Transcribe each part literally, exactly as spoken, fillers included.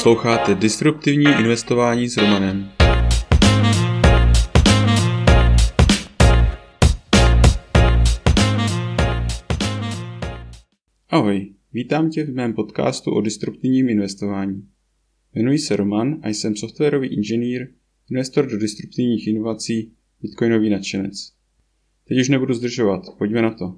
Posloucháte Disruptivní investování s Romanem. Ahoj, vítám tě v mém podcastu o disruptivním investování. Jmenuji se Roman a jsem softwarový inženýr, investor do disruptivních inovací, bitcoinový nadšenec. Teď už nebudu zdržovat, pojďme na to.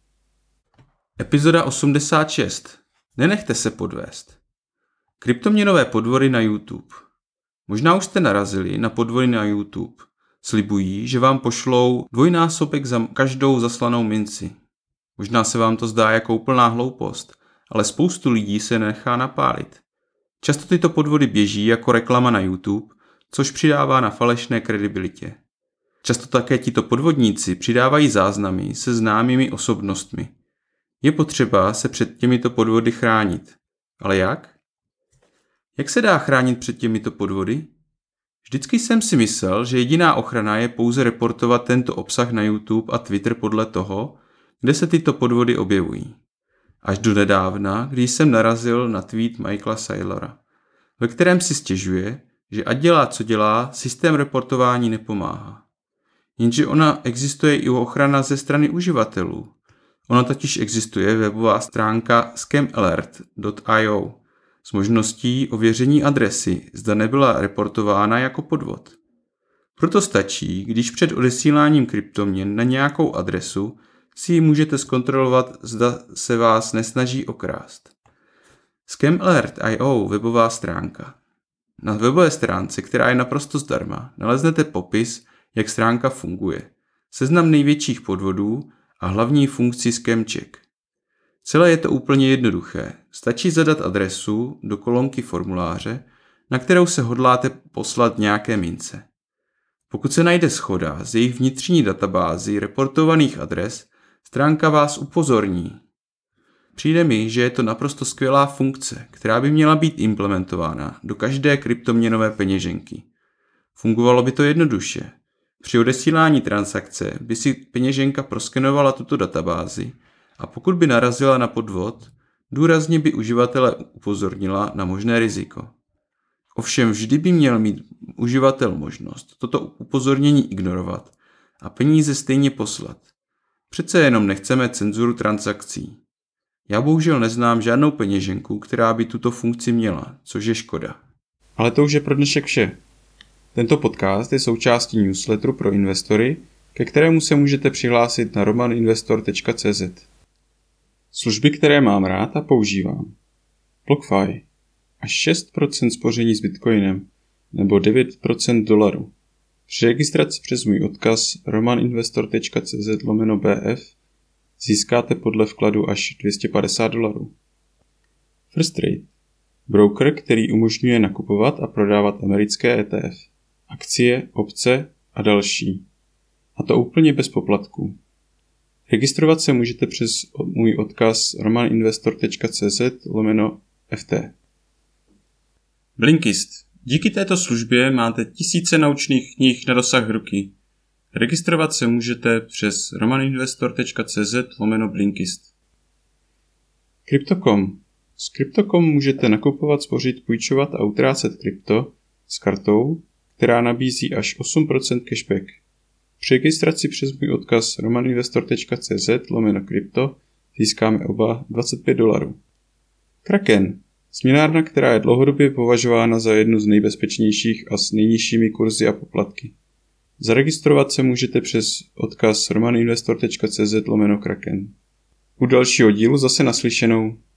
Epizoda osmdesát šest. Nenechte se podvést. Kryptoměnové podvody na YouTube. Možná už jste narazili na podvody na YouTube. Slibují, že vám pošlou dvojnásobek za každou zaslanou minci. Možná se vám to zdá jako úplná hloupost, ale spoustu lidí se nechá napálit. Často tyto podvody běží jako reklama na YouTube, což přidává na falešné kredibilitě. Často také tito podvodníci přidávají záznamy se známými osobnostmi. Je potřeba se před těmito podvody chránit. Ale jak? Jak se dá chránit před těmito podvody? Vždycky jsem si myslel, že jediná ochrana je pouze reportovat tento obsah na YouTube a Twitter podle toho, kde se tyto podvody objevují. Až do nedávna, když jsem narazil na tweet Michaela Saylora, ve kterém si stěžuje, že ať dělá, co dělá, systém reportování nepomáhá. Jenže ona existuje i ochrana ze strany uživatelů. Ona totiž existuje webová stránka scam alert tečka io s možností ověření adresy, zda nebyla reportována jako podvod. Proto stačí, když před odesíláním kryptoměn na nějakou adresu si ji můžete zkontrolovat, zda se vás nesnaží okrást. scam alert tečka io webová stránka. Na webové stránce, která je naprosto zdarma, naleznete popis, jak stránka funguje, seznam největších podvodů a hlavní funkci scam check. Celé je to úplně jednoduché. Stačí zadat adresu do kolonky formuláře, na kterou se hodláte poslat nějaké mince. Pokud se najde shoda z jejich vnitřní databázi reportovaných adres, stránka vás upozorní. Přijde mi, že je to naprosto skvělá funkce, která by měla být implementována do každé kryptoměnové peněženky. Fungovalo by to jednoduše. Při odesílání transakce by si peněženka proskenovala tuto databázi a pokud by narazila na podvod, důrazně by uživatele upozornila na možné riziko. Ovšem vždy by měl mít uživatel možnost toto upozornění ignorovat a peníze stejně poslat. Přece jenom nechceme cenzuru transakcí. Já bohužel neznám žádnou peněženku, která by tuto funkci měla, což je škoda. Ale to už je pro dnešek vše. Tento podcast je součástí newsletteru pro investory, ke kterému se můžete přihlásit na romaninvestor tečka cz. Služby, které mám rád a používám. BlockFi. Až šest procent spoření s Bitcoinem nebo devět procent dolarů. Při registraci přes můj odkaz romaninvestor tečka cz lomeno bf získáte podle vkladu až dvě stě padesát dolarů. First Trade. Broker, který umožňuje nakupovat a prodávat americké E T F, akcie, opce a další. A to úplně bez poplatků. Registrovat se můžete přes můj odkaz romaninvestor tečka cz lomeno ft. Blinkist. Díky této službě máte tisíce naučných knih na dosah ruky. Registrovat se můžete přes romaninvestor tečka cz lomeno Blinkist. Crypto tečka com. S Crypto tečka com můžete nakupovat, spořit, půjčovat a utrácet krypto s kartou, která nabízí až osm procent cashback. Při registraci přes můj odkaz romaninvestor tečka cz lomeno krypto získáme oba dvacet pět dolarů. Kraken. Směnárna, která je dlouhodobě považována za jednu z nejbezpečnějších a s nejnižšími kurzy a poplatky. Zaregistrovat se můžete přes odkaz romaninvestor tečka cz lomeno Kraken. U dalšího dílu zase naslyšenou.